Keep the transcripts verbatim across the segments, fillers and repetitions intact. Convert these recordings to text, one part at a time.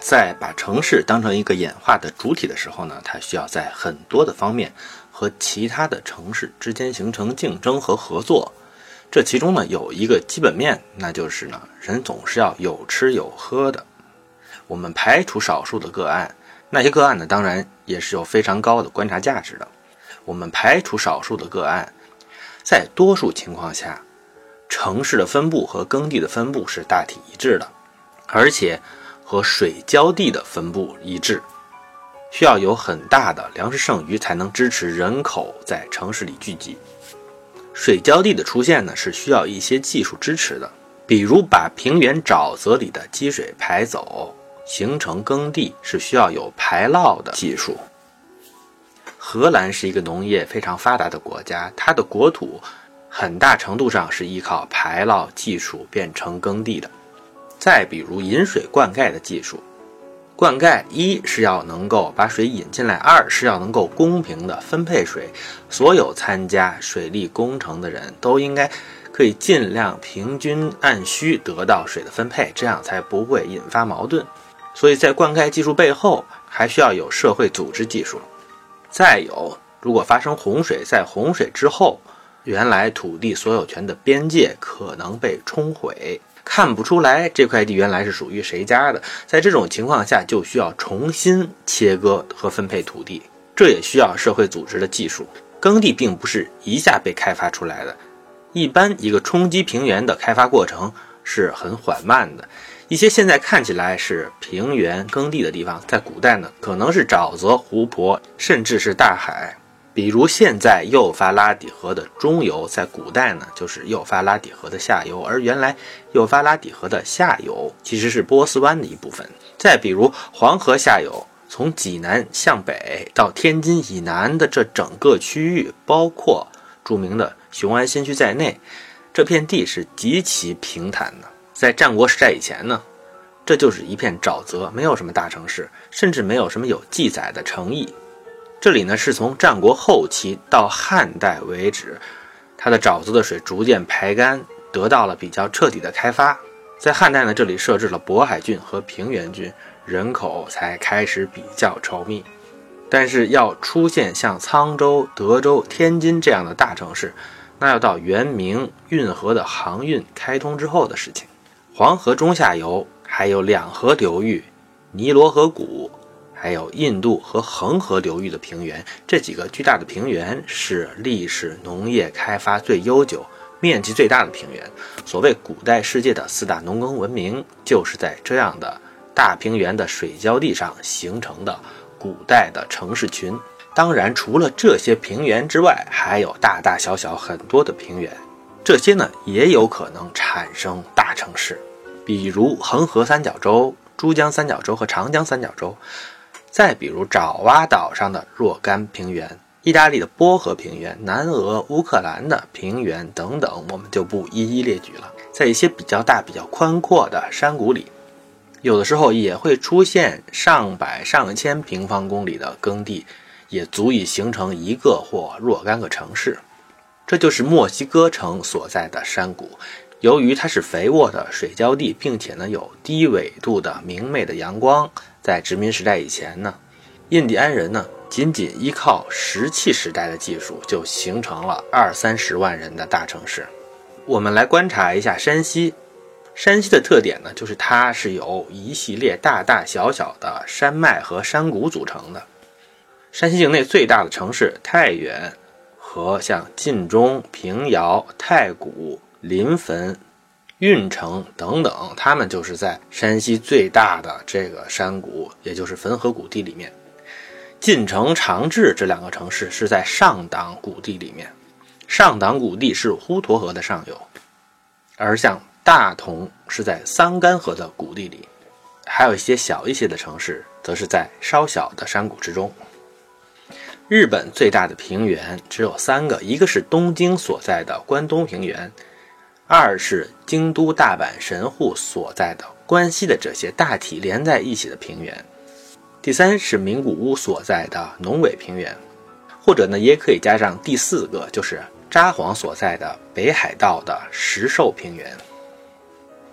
在把城市当成一个演化的主体的时候呢，它需要在很多的方面和其他的城市之间形成竞争和合作。这其中呢有一个基本面，那就是呢人总是要有吃有喝的。我们排除少数的个案，那些个案呢当然也是有非常高的观察价值的。我们排除少数的个案，在多数情况下，城市的分布和耕地的分布是大体一致的，而且和水浇地的分布一致。需要有很大的粮食剩余才能支持人口在城市里聚集。水浇地的出现呢，是需要一些技术支持的，比如把平原沼泽里的积水排走，形成耕地是需要有排涝的技术。荷兰是一个农业非常发达的国家，它的国土很大程度上是依靠排涝技术变成耕地的。再比如引水灌溉的技术，灌溉一是要能够把水引进来，二是要能够公平的分配水，所有参加水利工程的人都应该可以尽量平均按需得到水的分配，这样才不会引发矛盾。所以在灌溉技术背后还需要有社会组织技术。再有，如果发生洪水，在洪水之后，原来土地所有权的边界可能被冲毁，看不出来这块地原来是属于谁家的，在这种情况下就需要重新切割和分配土地，这也需要社会组织的技术。耕地并不是一下被开发出来的，一般一个冲击平原的开发过程是很缓慢的。一些现在看起来是平原耕地的地方，在古代呢可能是沼泽、湖泊，甚至是大海。比如现在幼发拉底河的中游，在古代呢就是幼发拉底河的下游，而原来幼发拉底河的下游其实是波斯湾的一部分。再比如黄河下游，从济南向北到天津以南的这整个区域，包括著名的雄安新区在内，这片地是极其平坦的。在战国时代以前呢，这就是一片沼泽，没有什么大城市，甚至没有什么有记载的城邑。这里呢是从战国后期到汉代为止，它的沼泽的水逐渐排干，得到了比较彻底的开发。在汉代呢，这里设置了渤海郡和平原郡，人口才开始比较稠密。但是要出现像沧州、德州、天津这样的大城市，那要到元明运河的航运开通之后的事情。黄河中下游还有两河流域、尼罗河谷，还有印度和恒河流域的平原，这几个巨大的平原是历史农业开发最悠久、面积最大的平原。所谓古代世界的四大农耕文明，就是在这样的大平原的水浇地上形成的古代的城市群。当然除了这些平原之外，还有大大小小很多的平原，这些呢也有可能产生大城市，比如恒河三角洲、珠江三角洲和长江三角洲。再比如爪哇岛上的若干平原，意大利的波河平原，南俄、乌克兰的平原等等，我们就不一一列举了。在一些比较大、比较宽阔的山谷里，有的时候也会出现上百、上千平方公里的耕地，也足以形成一个或若干个城市。这就是墨西哥城所在的山谷。由于它是肥沃的水浇地，并且呢有低纬度的明媚的阳光，在殖民时代以前呢，印第安人呢仅仅依靠石器时代的技术就形成了二三十万人的大城市。我们来观察一下山西。山西的特点呢，就是它是由一系列大大小小的山脉和山谷组成的。山西境内最大的城市太原和像晋中、平遥、太谷、临汾、运城等等，他们就是在山西最大的这个山谷，也就是汾河谷地里面。晋城、长治这两个城市是在上党谷地里面，上党谷地是滹沱河的上游，而像大同是在桑干河的谷地里，还有一些小一些的城市则是在稍小的山谷之中。日本最大的平原只有三个，一个是东京所在的关东平原，二是京都、大阪、神户所在的关西的这些大体连在一起的平原，第三是名古屋所在的农尾平原，或者呢也可以加上第四个，就是札幌所在的北海道的石狩平原。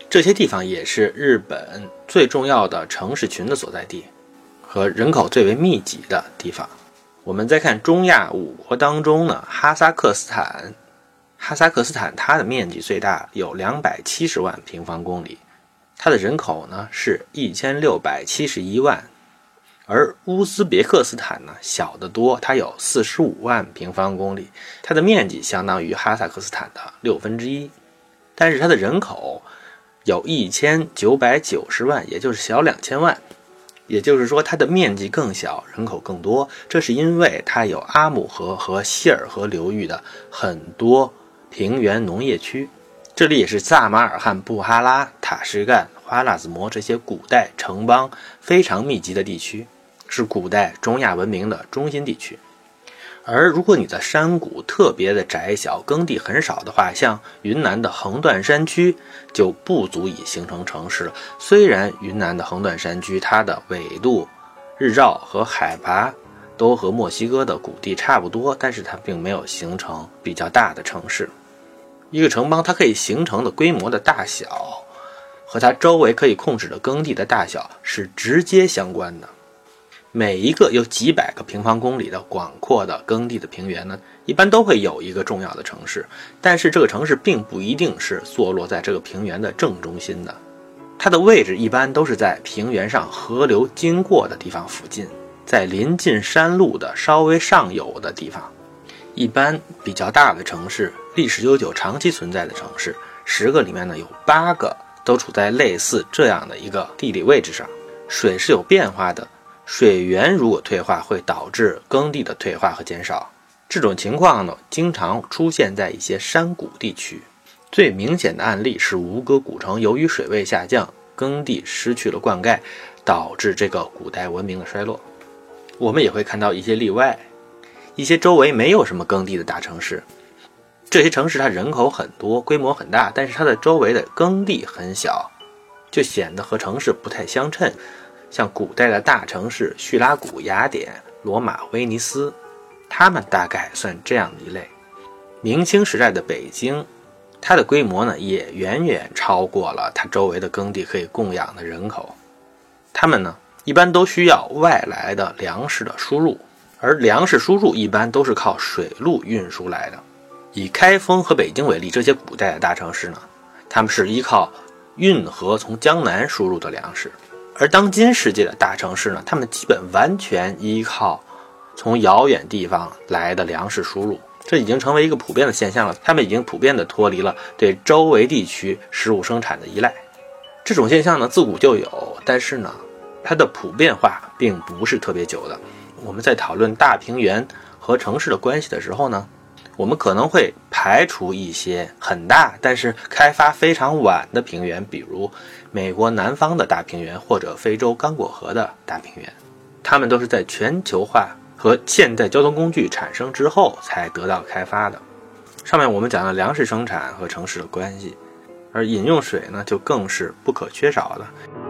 这些地方也是日本最重要的城市群的所在地和人口最为密集的地方。我们再看中亚五国当中呢，哈萨克斯坦，哈萨克斯坦它的面积最大，有两百七十万平方公里，它的人口呢是一千六百七十一万。而乌兹别克斯坦呢小得多，它有四十五万平方公里，它的面积相当于哈萨克斯坦的六分之一，但是它的人口有一千九百九十万，也就是小两千万。也就是说它的面积更小，人口更多，这是因为它有阿姆河和希尔河流域的很多平原农业区。这里也是萨马尔罕、布哈拉、塔什干、花剌子模这些古代城邦非常密集的地区，是古代中亚文明的中心地区。而如果你的山谷特别的窄小，耕地很少的话，像云南的横断山区就不足以形成城市了。虽然云南的横断山区它的纬度、日照和海拔都和墨西哥的谷地差不多，但是它并没有形成比较大的城市。一个城邦它可以形成的规模的大小和它周围可以控制的耕地的大小是直接相关的。每一个有几百个平方公里的广阔的耕地的平原呢，一般都会有一个重要的城市，但是这个城市并不一定是坐落在这个平原的正中心的，它的位置一般都是在平原上河流经过的地方附近，在临近山路的稍微上游的地方。一般比较大的城市，历史悠久长期存在的城市，十个里面呢有八个都处在类似这样的一个地理位置上。水是有变化的，水源如果退化会导致耕地的退化和减少，这种情况呢经常出现在一些山谷地区。最明显的案例是吴哥古城，由于水位下降，耕地失去了灌溉，导致这个古代文明的衰落。我们也会看到一些例外，一些周围没有什么耕地的大城市，这些城市它人口很多，规模很大，但是它的周围的耕地很小，就显得和城市不太相称。像古代的大城市叙拉古、雅典、罗马、威尼斯，他们大概算这样的一类。明清时代的北京，它的规模呢也远远超过了它周围的耕地可以供养的人口。他们呢一般都需要外来的粮食的输入，而粮食输入一般都是靠水路运输来的。以开封和北京为例，这些古代的大城市呢，他们是依靠运河从江南输入的粮食。而当今世界的大城市呢，他们基本完全依靠从遥远地方来的粮食输入，这已经成为一个普遍的现象了。他们已经普遍地脱离了对周围地区食物生产的依赖。这种现象呢，自古就有，但是呢，它的普遍化并不是特别久的。我们在讨论大平原和城市的关系的时候呢，我们可能会排除一些很大但是开发非常晚的平原，比如美国南方的大平原或者非洲刚果河的大平原，它们都是在全球化和现代交通工具产生之后才得到开发的。上面我们讲了粮食生产和城市的关系，而饮用水呢就更是不可缺少的。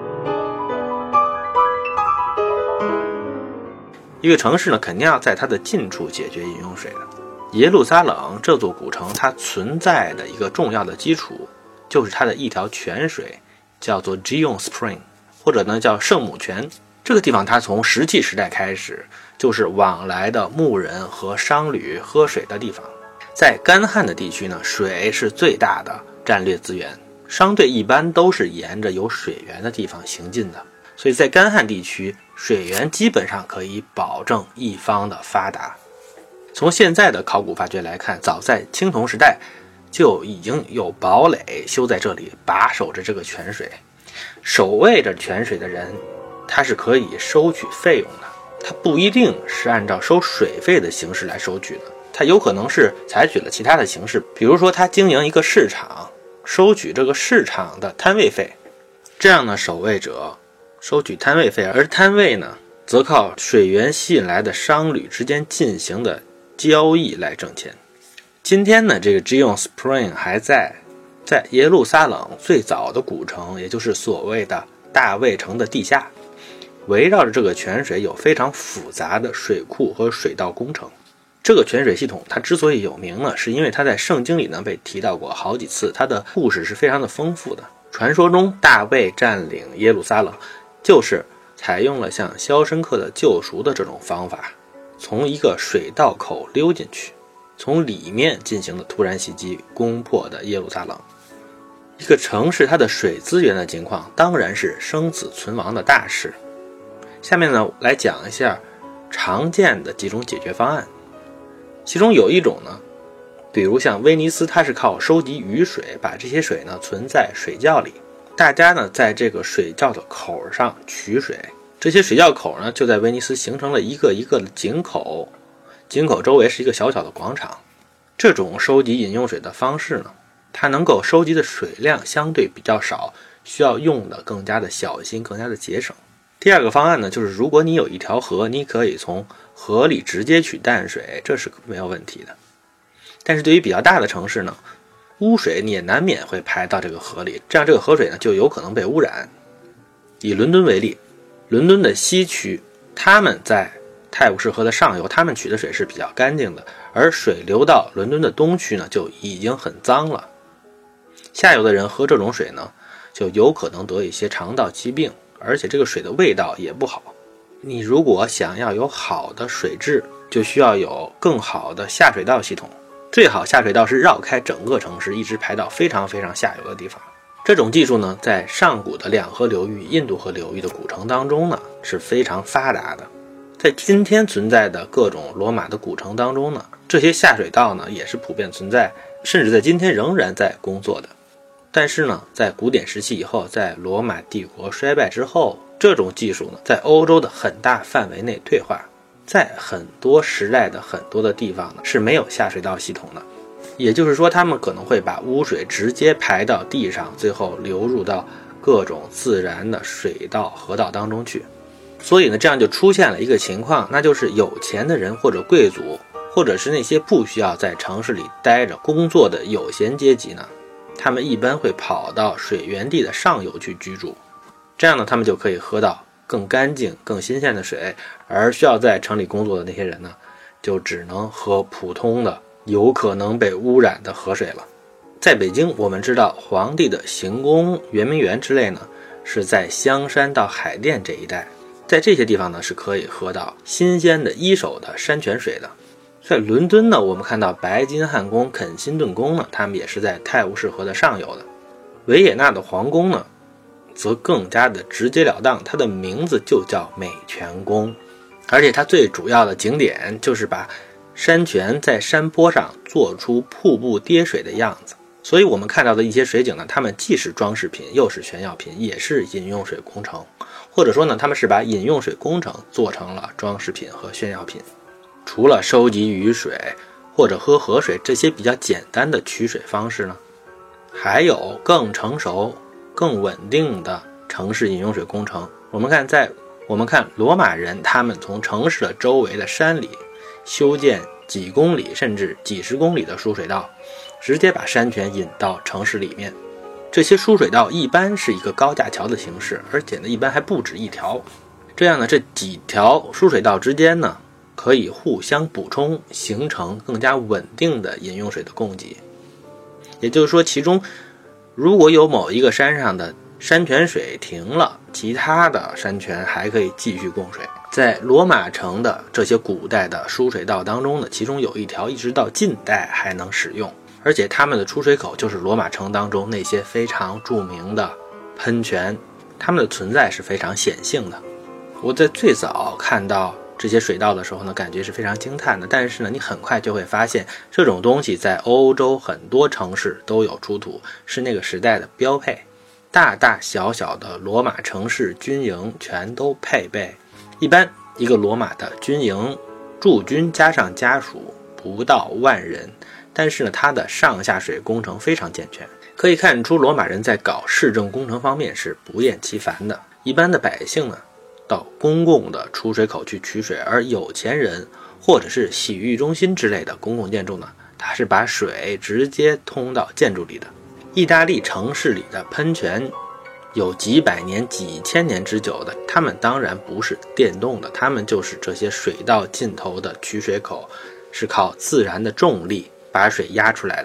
一个城市呢肯定要在它的近处解决饮用水的。耶路撒冷这座古城，它存在的一个重要的基础就是它的一条泉水，叫做 Gion Spring， 或者呢叫圣母泉。这个地方它从石器时代开始就是往来的牧人和商旅喝水的地方。在干旱的地区呢，水是最大的战略资源，商队一般都是沿着有水源的地方行进的，所以在干旱地区，水源基本上可以保证一方的发达。从现在的考古发掘来看，早在青铜时代就已经有堡垒修在这里，把守着这个泉水。守卫着泉水的人，他是可以收取费用的，他不一定是按照收水费的形式来收取的，他有可能是采取了其他的形式，比如说他经营一个市场，收取这个市场的摊位费。这样呢，守卫者收取摊位费，而摊位呢则靠水源吸引来的商旅之间进行的交易来挣钱。今天呢，这个 Gion Spring 还在在耶路撒冷最早的古城，也就是所谓的大卫城的地下，围绕着这个泉水有非常复杂的水库和水道工程。这个泉水系统它之所以有名呢，是因为它在圣经里呢被提到过好几次，它的故事是非常的丰富的。 传说中大卫占领耶路撒冷就是采用了像肖申克的救赎的这种方法，从一个水道口溜进去，从里面进行了突然袭击，攻破的耶路撒冷。一个城市它的水资源的情况当然是生死存亡的大事。下面呢，来讲一下常见的几种解决方案。其中有一种呢，比如像威尼斯，它是靠收集雨水，把这些水呢存在水窖里，大家呢在这个水窖的口上取水，这些水窖口呢就在威尼斯形成了一个一个的井口，井口周围是一个小小的广场。这种收集饮用水的方式呢，它能够收集的水量相对比较少，需要用的更加的小心，更加的节省。第二个方案呢，就是如果你有一条河，你可以从河里直接取淡水，这是没有问题的。但是对于比较大的城市呢，污水你也难免会排到这个河里，这样这个河水呢就有可能被污染。以伦敦为例，伦敦的西区，他们在泰晤士河的上游，他们取的水是比较干净的，而水流到伦敦的东区呢就已经很脏了。下游的人喝这种水呢，就有可能得一些肠道疾病，而且这个水的味道也不好。你如果想要有好的水质，就需要有更好的下水道系统，最好下水道是绕开整个城市，一直排到非常非常下游的地方。这种技术呢，在上古的两河流域、印度河流域的古城当中呢，是非常发达的。在今天存在的各种罗马的古城当中呢，这些下水道呢也是普遍存在，甚至在今天仍然在工作的。但是呢，在古典时期以后，在罗马帝国衰败之后，这种技术呢，在欧洲的很大范围内退化，在很多时代的很多的地方呢，是没有下水道系统的。也就是说，他们可能会把污水直接排到地上，最后流入到各种自然的水道、河道当中去。所以呢，这样就出现了一个情况，那就是有钱的人或者贵族，或者是那些不需要在城市里待着工作的有闲阶级呢，他们一般会跑到水源地的上游去居住，这样呢，他们就可以喝到更干净、更新鲜的水，而需要在城里工作的那些人呢，就只能喝普通的、有可能被污染的河水了。在北京，我们知道皇帝的行宫、圆明园之类呢，是在香山到海淀这一带，在这些地方呢，是可以喝到新鲜的一手的山泉水的。在伦敦呢，我们看到白金汉宫、肯辛顿宫呢，他们也是在泰晤士河的上游的。维也纳的皇宫呢，则更加的直截了当，它的名字就叫美泉宫，而且它最主要的景点就是把山泉在山坡上做出瀑布跌水的样子。所以我们看到的一些水景呢，它们既是装饰品，又是炫耀品，也是饮用水工程，或者说呢，他们是把饮用水工程做成了装饰品和炫耀品。除了收集雨水或者喝河水这些比较简单的取水方式呢，还有更成熟、更稳定的城市饮用水工程。我们看在我们看罗马人，他们从城市的周围的山里修建几公里甚至几十公里的输水道，直接把山泉引到城市里面。这些输水道一般是一个高架桥的形式，而且呢，一般还不止一条。这样呢，这几条输水道之间呢，可以互相补充，形成更加稳定的饮用水的供给。也就是说，其中如果有某一个山上的山泉水停了，其他的山泉还可以继续供水。在罗马城的这些古代的输水道当中呢，其中有一条一直到近代还能使用，而且他们的出水口就是罗马城当中那些非常著名的喷泉，它们的存在是非常显性的。我在最早看到这些水道的时候呢，感觉是非常惊叹的，但是呢，你很快就会发现这种东西在欧洲很多城市都有出土，是那个时代的标配。大大小小的罗马城市军营全都配备，一般一个罗马的军营驻军加上家属不到万人，但是呢，它的上下水工程非常健全，可以看出罗马人在搞市政工程方面是不厌其烦的。一般的百姓呢，到公共的出水口去取水，而有钱人或者是洗浴中心之类的公共建筑呢，它是把水直接通到建筑里的。意大利城市里的喷泉有几百年、几千年之久的，它们当然不是电动的，它们就是这些水道尽头的取水口，是靠自然的重力把水压出来的。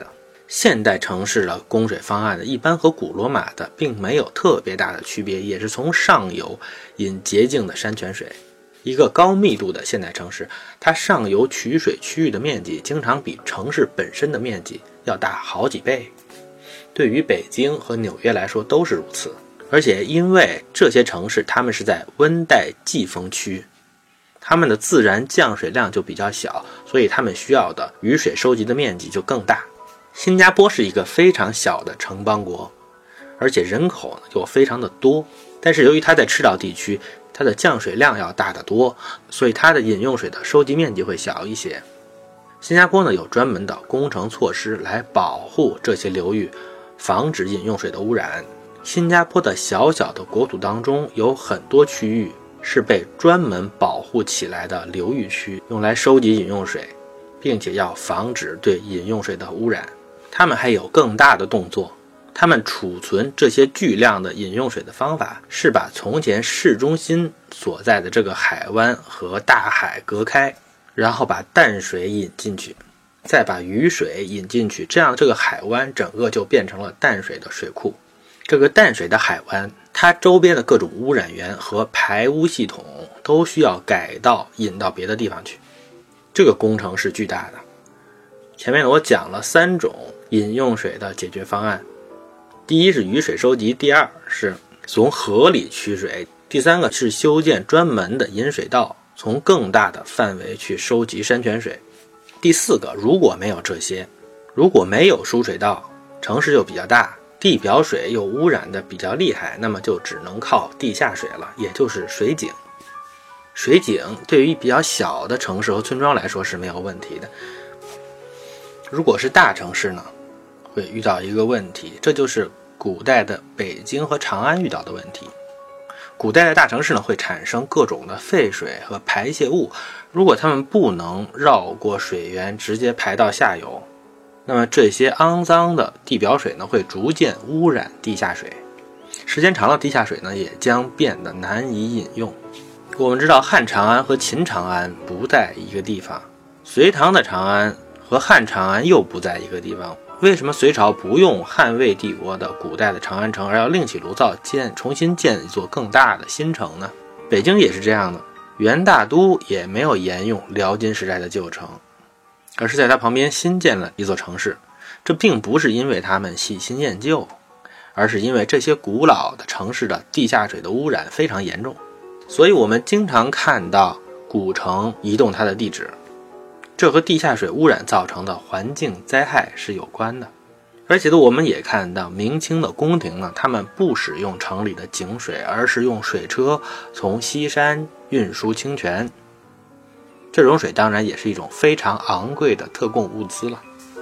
现代城市的供水方案呢，一般和古罗马的并没有特别大的区别，也是从上游引洁净的山泉水。一个高密度的现代城市，它上游取水区域的面积经常比城市本身的面积要大好几倍。对于北京和纽约来说都是如此。而且因为这些城市它们是在温带季风区，它们的自然降水量就比较小，所以它们需要的雨水收集的面积就更大。新加坡是一个非常小的城邦国，而且人口呢又非常的多，但是由于它在赤道地区，它的降水量要大得多，所以它的饮用水的收集面积会小一些。新加坡呢有专门的工程措施来保护这些流域，防止饮用水的污染。新加坡的小小的国土当中有很多区域是被专门保护起来的流域区，用来收集饮用水，并且要防止对饮用水的污染。他们还有更大的动作，他们储存这些巨量的饮用水的方法是把从前市中心所在的这个海湾和大海隔开，然后把淡水引进去，再把雨水引进去，这样这个海湾整个就变成了淡水的水库。这个淡水的海湾，它周边的各种污染源和排污系统都需要改道引到别的地方去，这个工程是巨大的。前面我讲了三种饮用水的解决方案，第一是雨水收集，第二是从河里取水，第三个是修建专门的引水道，从更大的范围去收集山泉水。第四个，如果没有这些，如果没有输水道，城市又比较大，地表水又污染的比较厉害，那么就只能靠地下水了，也就是水井。水井对于比较小的城市和村庄来说是没有问题的，如果是大城市呢，会遇到一个问题，这就是古代的北京和长安遇到的问题。古代的大城市呢，会产生各种的废水和排泄物，如果它们不能绕过水源直接排到下游，那么这些肮脏的地表水呢，会逐渐污染地下水，时间长了，地下水呢也将变得难以饮用。我们知道汉长安和秦长安不在一个地方，隋唐的长安和汉长安又不在一个地方。为什么隋朝不用汉魏帝国的古代的长安城，而要另起炉灶建重新建一座更大的新城呢？北京也是这样的，元大都也没有沿用辽金时代的旧城，而是在它旁边新建了一座城市。这并不是因为他们喜新厌旧，而是因为这些古老的城市的地下水的污染非常严重，所以我们经常看到古城移动它的地址，这和地下水污染造成的环境灾害是有关的。而且呢，我们也看到明清的宫廷呢，他们不使用城里的井水，而是用水车从西山运输清泉。这种水当然也是一种非常昂贵的特供物资了。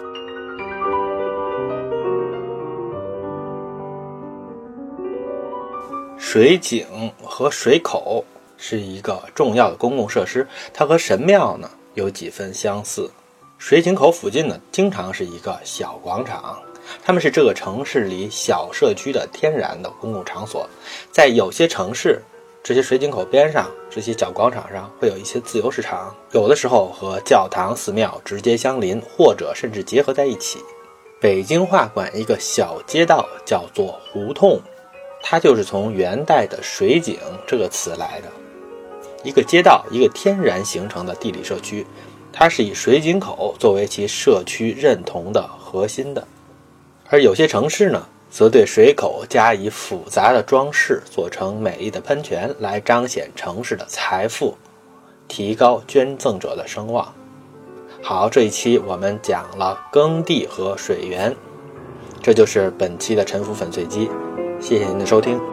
水井和水口是一个重要的公共设施，它和神庙呢有几分相似。水井口附近呢，经常是一个小广场，它们是这个城市里小社区的天然的公共场所。在有些城市，这些水井口边上，这些小广场上会有一些自由市场，有的时候和教堂寺庙直接相邻，或者甚至结合在一起。北京话管一个小街道叫做胡同，它就是从元代的水井这个词来的。一个街道，一个天然形成的地理社区，它是以水井口作为其社区认同的核心的。而有些城市呢，则对水口加以复杂的装饰，做成美丽的喷泉，来彰显城市的财富，提高捐赠者的声望。好，这一期我们讲了耕地和水源，这就是本期的沉浮粉碎机，谢谢您的收听。